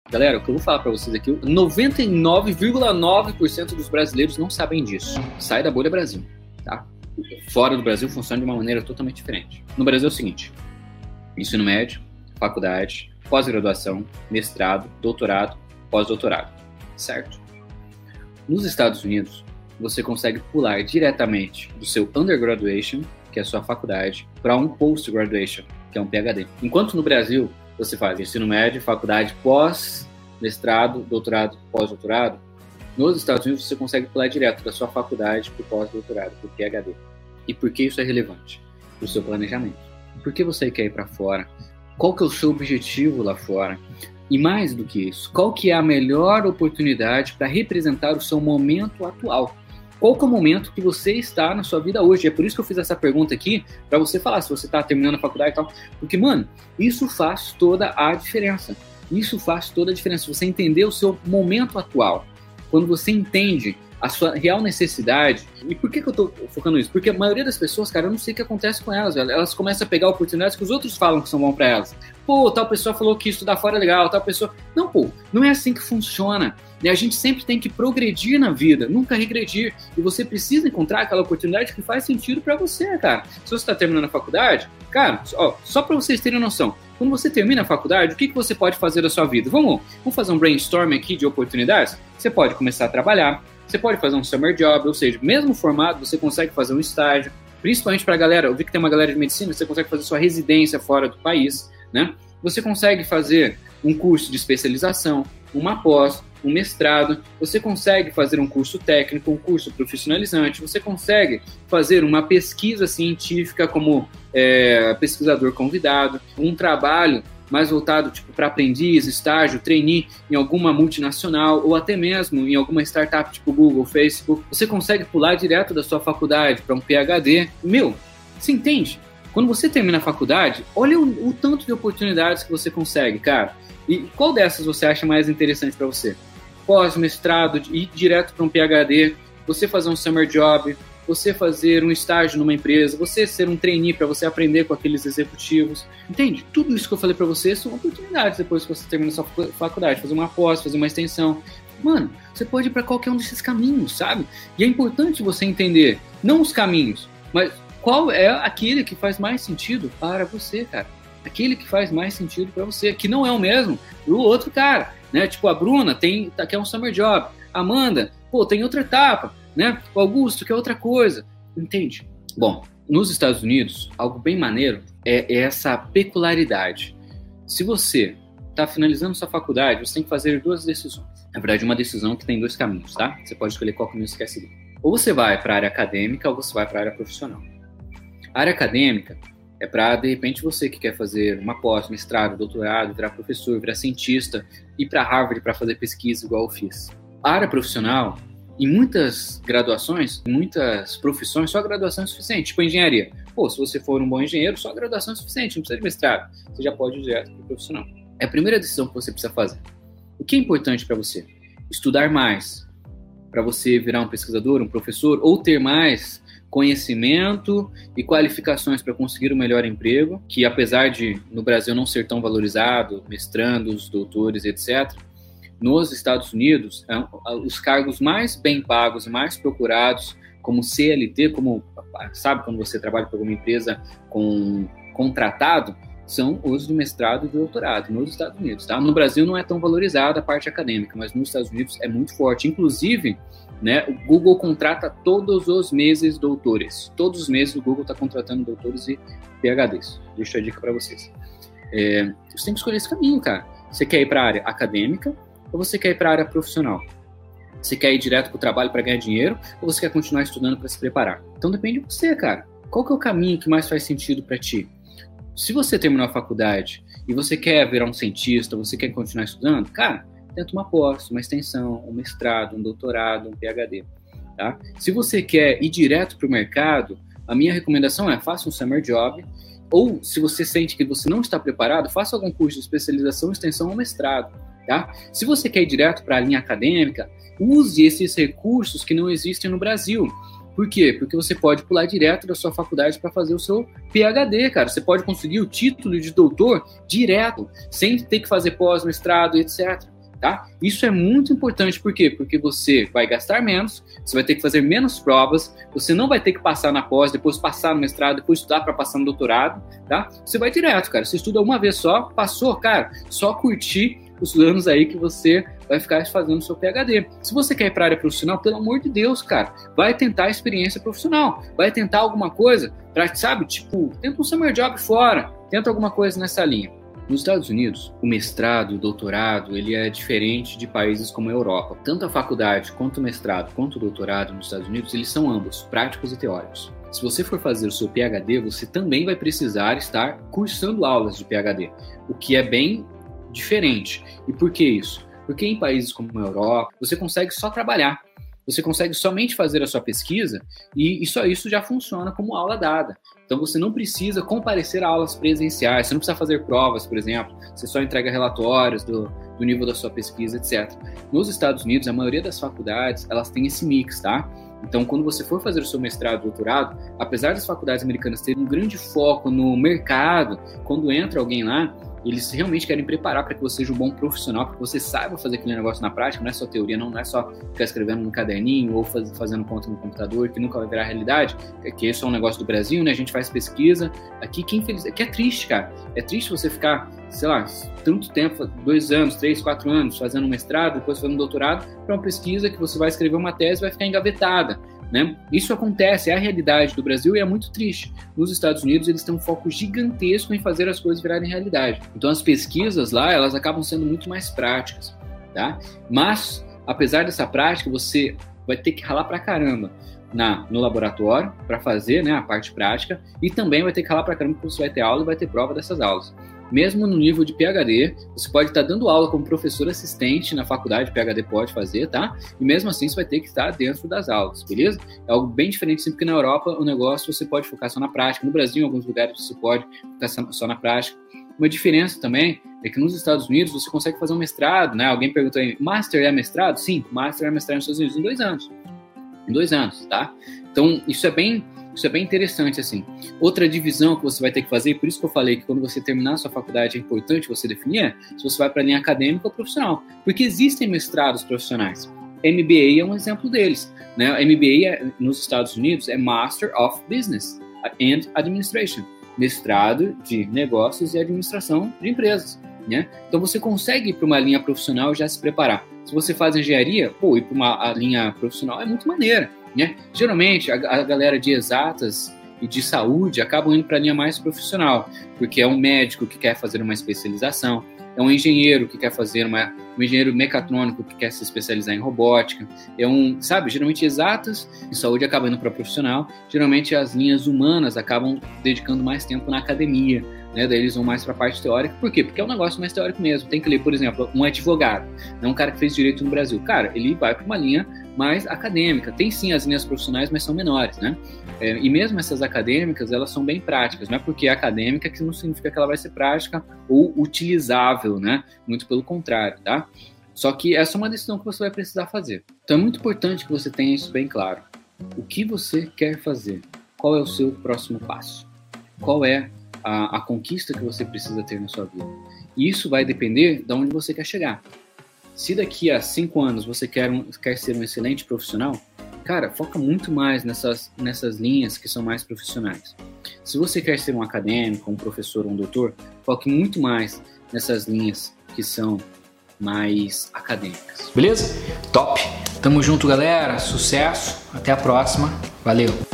Galera, o que eu vou falar para vocês aqui, 99,9% dos brasileiros não sabem disso. Sai da bolha Brasil, tá? Fora do Brasil funciona de uma maneira totalmente diferente. No Brasil é o seguinte: ensino médio, faculdade, pós-graduação, mestrado, doutorado, pós-doutorado, certo? Nos Estados Unidos, você consegue pular diretamente do seu undergraduation, que é a sua faculdade, para um post-graduation, que é um PhD. Enquanto no Brasil você faz ensino médio, faculdade, pós-mestrado, doutorado, pós-doutorado, nos Estados Unidos você consegue pular direto da sua faculdade para o pós-doutorado, para o PhD. E por que isso é relevante? Para o seu planejamento. Por que você quer ir para fora? Qual que é o seu objetivo lá fora? E mais do que isso, qual que é a melhor oportunidade para representar o seu momento atual? Qual que é o momento que você está na sua vida hoje? É por isso que eu fiz essa pergunta aqui, para você falar se você está terminando a faculdade e tal. Porque, mano, isso faz toda a diferença. Isso faz toda a diferença. Você entender o seu momento atual. Quando você entende a sua real necessidade. E por que eu tô focando nisso? Porque a maioria das pessoas, cara, eu não sei o que acontece com elas, velho. Elas começam a pegar oportunidades que os outros falam que são bons pra elas. Pô, tal pessoa falou que estudar fora é legal, tal pessoa... Não, pô, não é assim que funciona. E a gente sempre tem que progredir na vida, nunca regredir. E você precisa encontrar aquela oportunidade que faz sentido pra você, cara. Se você tá terminando a faculdade, cara, ó, só pra vocês terem noção, quando você termina a faculdade, o que você pode fazer da sua vida? Vamos fazer um brainstorm aqui de oportunidades? Você pode começar a trabalhar, você pode fazer um summer job, ou seja, mesmo formado, você consegue fazer um estágio, principalmente para a galera, eu vi que tem uma galera de medicina, você consegue fazer sua residência fora do país, né? Você consegue fazer um curso de especialização, uma pós, um mestrado, você consegue fazer um curso técnico, um curso profissionalizante, você consegue fazer uma pesquisa científica como pesquisador convidado, um trabalho mais voltado tipo, para aprendiz, estágio, trainee em alguma multinacional ou até mesmo em alguma startup tipo Google, Facebook. Você consegue pular direto da sua faculdade para um PhD. Meu, você entende? Quando você termina a faculdade, olha o tanto de oportunidades que você consegue, cara. E qual dessas você acha mais interessante para você? Pós-mestrado, ir direto para um PhD, você fazer um summer job, você fazer um estágio numa empresa, você ser um trainee para você aprender com aqueles executivos. Entende? Tudo isso que eu falei para você são oportunidades depois que você termina a sua faculdade. Fazer uma pós, fazer uma extensão. Mano, você pode ir para qualquer um desses caminhos, sabe? E é importante você entender, não os caminhos, mas qual é aquele que faz mais sentido para você, cara. Aquele que faz mais sentido para você, que não é o mesmo do outro cara, né? Tipo, a Bruna quer um summer job, a Amanda, pô, tem outra etapa, né? O Augusto quer outra coisa, entende? Bom, nos Estados Unidos, algo bem maneiro é essa peculiaridade. Se você está finalizando sua faculdade, você tem que fazer duas decisões. Na verdade, uma decisão que tem dois caminhos, tá? Você pode escolher qual caminho você quer seguir. Ou você vai para a área acadêmica ou você vai para a área profissional. A área acadêmica é para, de repente, você que quer fazer uma pós, mestrado, doutorado, virar professor, virar cientista, ir para Harvard para fazer pesquisa igual eu fiz. A área profissional, em muitas graduações, em muitas profissões, só a graduação é suficiente. Tipo engenharia. Pô, se você for um bom engenheiro, só a graduação é suficiente, não precisa de mestrado. Você já pode ir direto para o profissional. É a primeira decisão que você precisa fazer. O que é importante para você? Estudar mais para você virar um pesquisador, um professor, ou ter mais conhecimento e qualificações para conseguir o melhor emprego, que apesar de no Brasil não ser tão valorizado, mestrandos, doutores, etc., nos Estados Unidos, os cargos mais bem pagos e mais procurados, como CLT, como, sabe, quando você trabalha para alguma empresa com contratado, são os de mestrado e de doutorado nos Estados Unidos, tá? No Brasil não é tão valorizada a parte acadêmica, mas nos Estados Unidos é muito forte. Inclusive, né, o Google contrata todos os meses doutores. Todos os meses o Google está contratando doutores e PhDs. Deixo a dica para vocês. Você tem que escolher esse caminho, cara. Você quer ir para a área acadêmica ou você quer ir para a área profissional? Você quer ir direto para o trabalho para ganhar dinheiro ou você quer continuar estudando para se preparar? Então depende de você, cara. Qual que é o caminho que mais faz sentido para ti? Se você terminou a faculdade e você quer virar um cientista, você quer continuar estudando, cara, tenta uma pós, uma extensão, um mestrado, um doutorado, um PhD, tá? Se você quer ir direto para o mercado, a minha recomendação é faça um summer job, ou se você sente que você não está preparado, faça algum curso de especialização, extensão ou mestrado, tá? Se você quer ir direto para a linha acadêmica, use esses recursos que não existem no Brasil. Por quê? Porque você pode pular direto da sua faculdade para fazer o seu PhD, cara. Você pode conseguir o título de doutor direto, sem ter que fazer pós-mestrado, etc. tá? Isso é muito importante, por quê? Porque você vai gastar menos, você vai ter que fazer menos provas, você não vai ter que passar na pós, depois passar no mestrado, depois estudar para passar no doutorado, tá? Você vai direto, cara, você estuda uma vez só, passou, cara, só curtir os anos aí que você vai ficar fazendo o seu PhD. Se você quer ir para a área profissional, pelo amor de Deus, cara, vai tentar a experiência profissional, vai tentar alguma coisa, sabe, tipo, tenta um summer job fora, tenta alguma coisa nessa linha. Nos Estados Unidos, o mestrado, o doutorado, ele é diferente de países como a Europa. Tanto a faculdade, quanto o mestrado, quanto o doutorado nos Estados Unidos, eles são ambos, práticos e teóricos. Se você for fazer o seu PhD, você também vai precisar estar cursando aulas de PhD, o que é bem diferente. E por que isso? Porque em países como a Europa, você consegue só trabalhar. Você consegue somente fazer a sua pesquisa e só isso já funciona como aula dada. Então você não precisa comparecer a aulas presenciais, você não precisa fazer provas, por exemplo, você só entrega relatórios do nível da sua pesquisa, etc. Nos Estados Unidos, a maioria das faculdades, elas têm esse mix, tá? Então, quando você for fazer o seu mestrado, doutorado, apesar das faculdades americanas terem um grande foco no mercado, quando entra alguém lá, eles realmente querem preparar para que você seja um bom profissional, para que você saiba fazer aquele negócio na prática, não é só teoria, não é só ficar escrevendo no caderninho ou fazendo conta no computador, que nunca vai virar realidade, que isso é um negócio do Brasil, né? A gente faz pesquisa. Aqui é triste, cara. É triste você ficar, sei lá, tanto tempo, 2 anos, 3, 4 anos, fazendo um mestrado, depois fazendo um doutorado, para uma pesquisa que você vai escrever uma tese e vai ficar engavetada. Né? Isso acontece, é a realidade do Brasil e é muito triste. Nos Estados Unidos, eles têm um foco gigantesco em fazer as coisas virarem realidade. Então, as pesquisas lá, elas acabam sendo muito mais práticas, tá? Mas, apesar dessa prática, você vai ter que ralar pra caramba no laboratório para fazer, né, a parte prática, e também vai ter que ralar pra caramba porque você vai ter aula e vai ter prova dessas aulas. Mesmo no nível de PhD, você pode estar dando aula como professor assistente na faculdade, PhD pode fazer, tá? E mesmo assim você vai ter que estar dentro das aulas, beleza? É algo bem diferente, sempre que na Europa o negócio você pode focar só na prática. No Brasil, em alguns lugares, você pode focar só na prática. Uma diferença também é que nos Estados Unidos você consegue fazer um mestrado, né? Alguém perguntou aí, Master é mestrado? Sim, Master é mestrado nos Estados Unidos em 2 anos. Em 2 anos, tá? Então, isso é bem interessante, assim. Outra divisão que você vai ter que fazer, por isso que eu falei que quando você terminar a sua faculdade é importante você definir se você vai para a linha acadêmica ou profissional. Porque existem mestrados profissionais. MBA é um exemplo deles, né? MBA nos Estados Unidos é Master of Business and Administration. Mestrado de negócios e administração de empresas, né? Então você consegue ir para uma linha profissional e já se preparar. Se você faz engenharia, ir para uma linha profissional é muito maneira, né? Geralmente a galera de exatas e de saúde acabam indo para a linha mais profissional, porque é um médico que quer fazer uma especialização, é um engenheiro que quer fazer um engenheiro mecatrônico que quer se especializar em robótica, geralmente exatas e saúde acabam indo para profissional, geralmente as linhas humanas acabam dedicando mais tempo na academia, né? Daí eles vão mais para a parte teórica. Por quê? Porque é um negócio mais teórico mesmo. Tem que ler, por exemplo, um advogado, né? Um cara que fez direito no Brasil. Cara, ele vai para uma linha mais acadêmica. Tem sim as linhas profissionais, mas são menores, né? E mesmo essas acadêmicas, elas são bem práticas. Não é porque é acadêmica que não significa que ela vai ser prática ou utilizável, né? Muito pelo contrário, tá? Só que essa é uma decisão que você vai precisar fazer. Então é muito importante que você tenha isso bem claro. O que você quer fazer? Qual é o seu próximo passo? Qual é a conquista que você precisa ter na sua vida? E isso vai depender de onde você quer chegar. Se daqui a 5 anos você quer ser um excelente profissional, cara, foca muito mais nessas linhas que são mais profissionais. Se você quer ser um acadêmico, um professor, um doutor, foque muito mais nessas linhas que são mais acadêmicas. Beleza? Top! Tamo junto, galera. Sucesso. Até a próxima. Valeu!